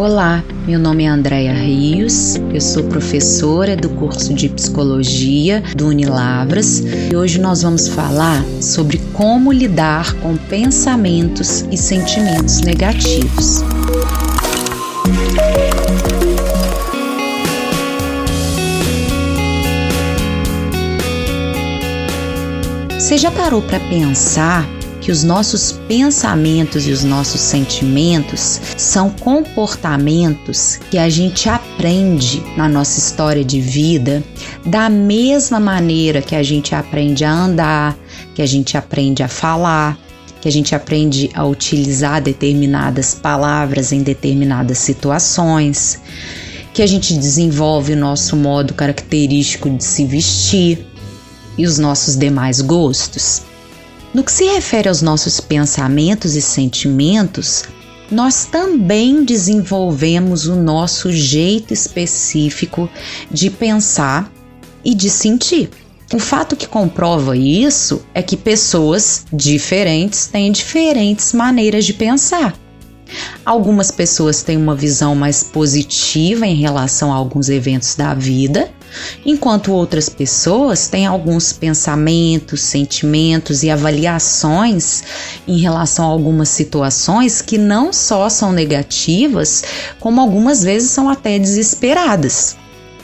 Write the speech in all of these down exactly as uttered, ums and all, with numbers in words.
Olá, meu nome é Andréia Rios, eu sou professora do curso de Psicologia do Unilavras e hoje nós vamos falar sobre como lidar com pensamentos e sentimentos negativos. Você já parou para pensar que os nossos pensamentos e os nossos sentimentos são comportamentos que a gente aprende na nossa história de vida da mesma maneira que a gente aprende a andar, que a gente aprende a falar, que a gente aprende a utilizar determinadas palavras em determinadas situações, que a gente desenvolve o nosso modo característico de se vestir e os nossos demais gostos. No que se refere aos nossos pensamentos e sentimentos, nós também desenvolvemos o nosso jeito específico de pensar e de sentir. O fato que comprova isso é que pessoas diferentes têm diferentes maneiras de pensar. Algumas pessoas têm uma visão mais positiva em relação a alguns eventos da vida, enquanto outras pessoas têm alguns pensamentos, sentimentos e avaliações em relação a algumas situações que não só são negativas, como algumas vezes são até desesperadas.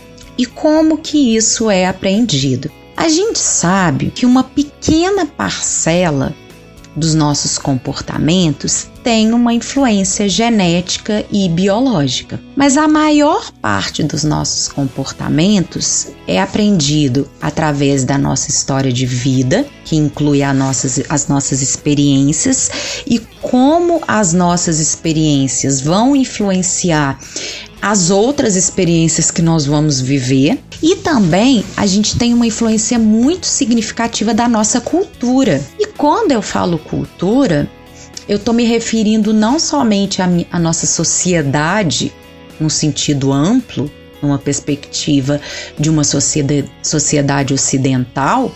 E como que isso é aprendido? A gente sabe que uma pequena parcela dos nossos comportamentos tem uma influência genética e biológica, mas a maior parte dos nossos comportamentos é aprendido através da nossa história de vida, que inclui as nossas, as nossas experiências e como as nossas experiências vão influenciar as outras experiências que nós vamos viver, e também a gente tem uma influência muito significativa da nossa cultura. E quando eu falo cultura, eu estou me referindo não somente à, à nossa sociedade, no sentido amplo, numa perspectiva de uma sociedade, sociedade ocidental,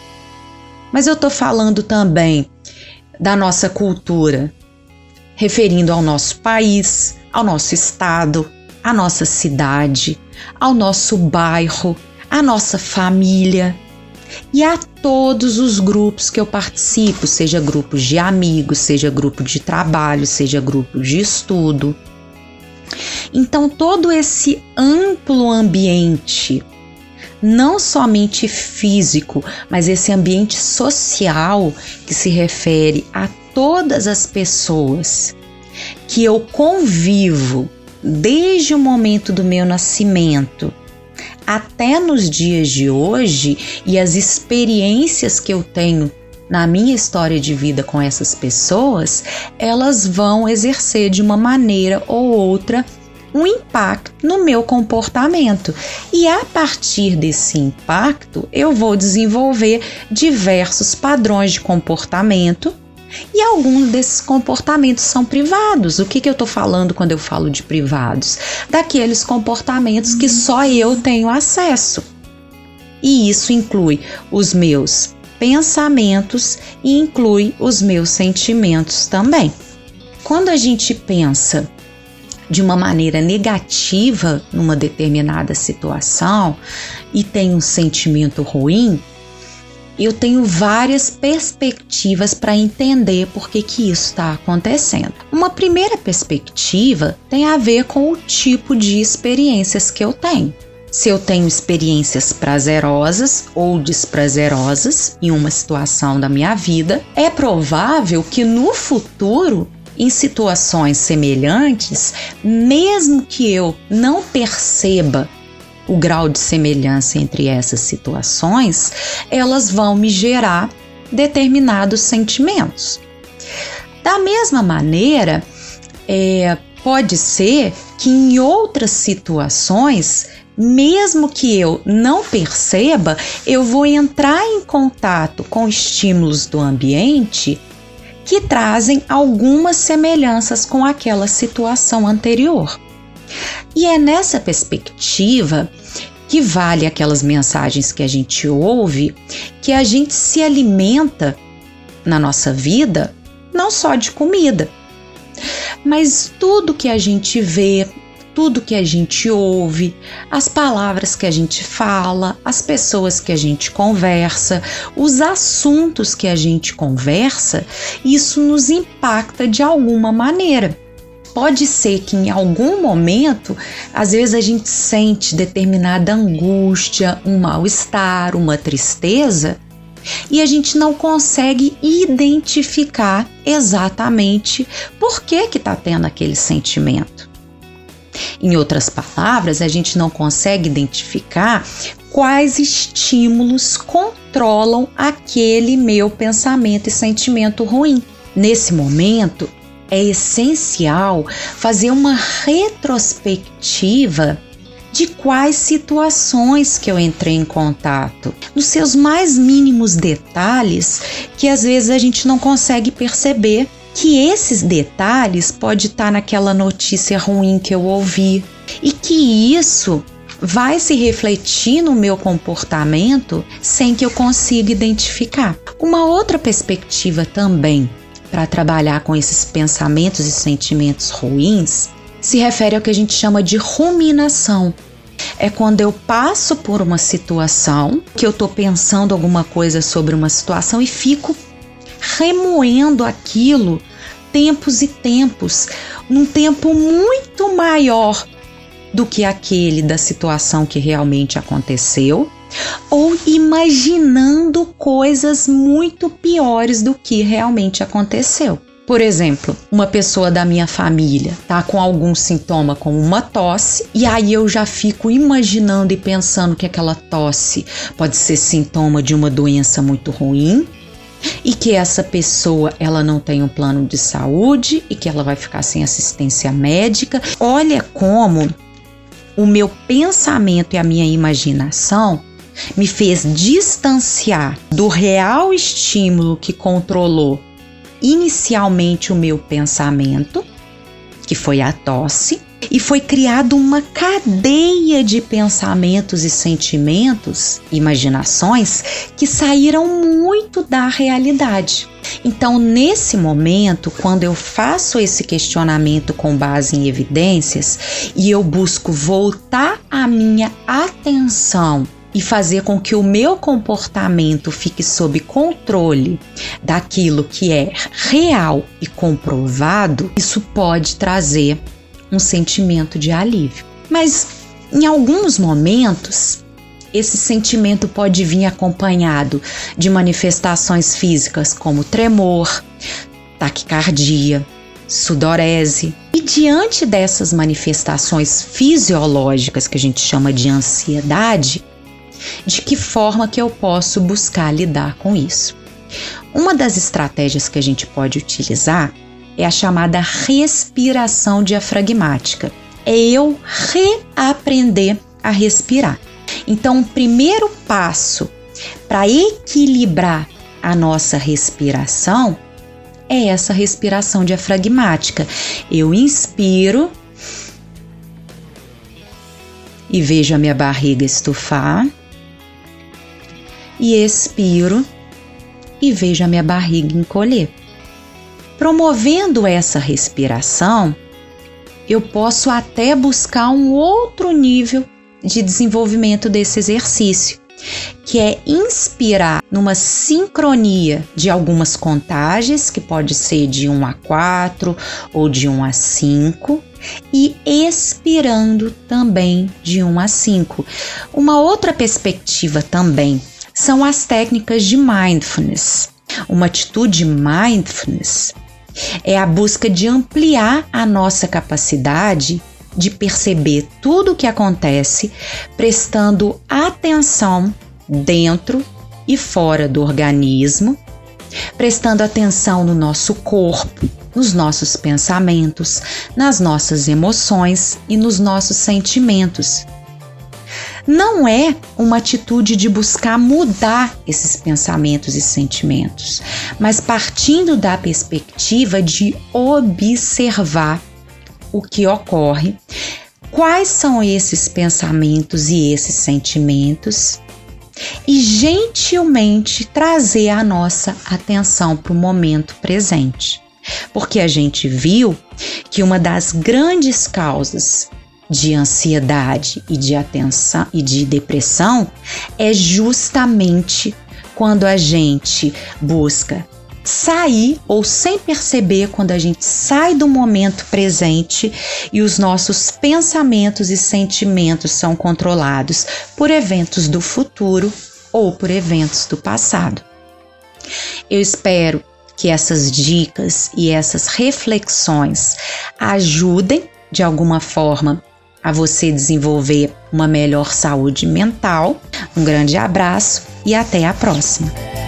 mas eu estou falando também da nossa cultura, referindo ao nosso país, ao nosso estado, à nossa cidade, ao nosso bairro, à nossa família e a todos os grupos que eu participo, seja grupos de amigos, seja grupo de trabalho, seja grupo de estudo. Então, todo esse amplo ambiente, não somente físico, mas esse ambiente social que se refere a todas as pessoas que eu convivo desde o momento do meu nascimento até nos dias de hoje, e as experiências que eu tenho na minha história de vida com essas pessoas, elas vão exercer de uma maneira ou outra um impacto no meu comportamento. E a partir desse impacto, eu vou desenvolver diversos padrões de comportamento. E alguns desses comportamentos são privados. O que, que eu estou falando quando eu falo de privados? Daqueles comportamentos que só eu tenho acesso. E isso inclui os meus pensamentos e inclui os meus sentimentos também. Quando a gente pensa de uma maneira negativa numa determinada situação e tem um sentimento ruim, eu tenho várias perspectivas para entender por que que isso está acontecendo. Uma primeira perspectiva tem a ver com o tipo de experiências que eu tenho. Se eu tenho experiências prazerosas ou desprazerosas em uma situação da minha vida, é provável que no futuro, em situações semelhantes, mesmo que eu não perceba o grau de semelhança entre essas situações, elas vão me gerar determinados sentimentos. Da mesma maneira, é, pode ser que em outras situações, mesmo que eu não perceba, eu vou entrar em contato com estímulos do ambiente que trazem algumas semelhanças com aquela situação anterior. E é nessa perspectiva que vale aquelas mensagens que a gente ouve, que a gente se alimenta na nossa vida não só de comida, mas tudo que a gente vê, tudo que a gente ouve, as palavras que a gente fala, as pessoas que a gente conversa, os assuntos que a gente conversa, isso nos impacta de alguma maneira. Pode ser que em algum momento, às vezes a gente sente determinada angústia, um mal-estar, uma tristeza, e a gente não consegue identificar exatamente por que que está tendo aquele sentimento. Em outras palavras, a gente não consegue identificar quais estímulos controlam aquele meu pensamento e sentimento ruim. Nesse momento, é essencial fazer uma retrospectiva de quais situações que eu entrei em contato, nos seus mais mínimos detalhes, que às vezes a gente não consegue perceber que esses detalhes pode estar naquela notícia ruim que eu ouvi e que isso vai se refletir no meu comportamento sem que eu consiga identificar. Uma outra perspectiva também para trabalhar com esses pensamentos e sentimentos ruins se refere ao que a gente chama de ruminação. É quando eu passo por uma situação, que eu estou pensando alguma coisa sobre uma situação e fico remoendo aquilo tempos e tempos, num tempo muito maior do que aquele da situação que realmente aconteceu, ou imaginando coisas muito piores do que realmente aconteceu. Por exemplo, uma pessoa da minha família tá com algum sintoma como uma tosse e aí eu já fico imaginando e pensando que aquela tosse pode ser sintoma de uma doença muito ruim e que essa pessoa ela não tem um plano de saúde e que ela vai ficar sem assistência médica. Olha como o meu pensamento e a minha imaginação me fez distanciar do real estímulo que controlou inicialmente o meu pensamento, que foi a tosse, e foi criada uma cadeia de pensamentos e sentimentos, imaginações, que saíram muito da realidade. Então, nesse momento, quando eu faço esse questionamento com base em evidências e eu busco voltar a minha atenção e fazer com que o meu comportamento fique sob controle daquilo que é real e comprovado, isso pode trazer um sentimento de alívio. Mas em alguns momentos, esse sentimento pode vir acompanhado de manifestações físicas como tremor, taquicardia, sudorese. E diante dessas manifestações fisiológicas que a gente chama de ansiedade, de que forma que eu posso buscar lidar com isso? Uma das estratégias que a gente pode utilizar é a chamada respiração diafragmática. É eu reaprender a respirar. Então, o primeiro passo para equilibrar a nossa respiração é essa respiração diafragmática. Eu inspiro e vejo a minha barriga estufar. E expiro e vejo a minha barriga encolher. Promovendo essa respiração, eu posso até buscar um outro nível de desenvolvimento desse exercício, que é inspirar numa sincronia de algumas contagens, que pode ser de um a quatro ou de um a cinco, e expirando também de um a cinco. Uma outra perspectiva também são as técnicas de mindfulness. Uma atitude mindfulness é a busca de ampliar a nossa capacidade de perceber tudo o que acontece, prestando atenção dentro e fora do organismo, prestando atenção no nosso corpo, nos nossos pensamentos, nas nossas emoções e nos nossos sentimentos. Não é uma atitude de buscar mudar esses pensamentos e sentimentos, mas partindo da perspectiva de observar o que ocorre, quais são esses pensamentos e esses sentimentos e gentilmente trazer a nossa atenção para o momento presente. Porque a gente viu que uma das grandes causas de ansiedade e de atenção e de depressão é justamente quando a gente busca sair, ou sem perceber, quando a gente sai do momento presente e os nossos pensamentos e sentimentos são controlados por eventos do futuro ou por eventos do passado. Eu espero que essas dicas e essas reflexões ajudem de alguma forma a você desenvolver uma melhor saúde mental. Um grande abraço e até a próxima.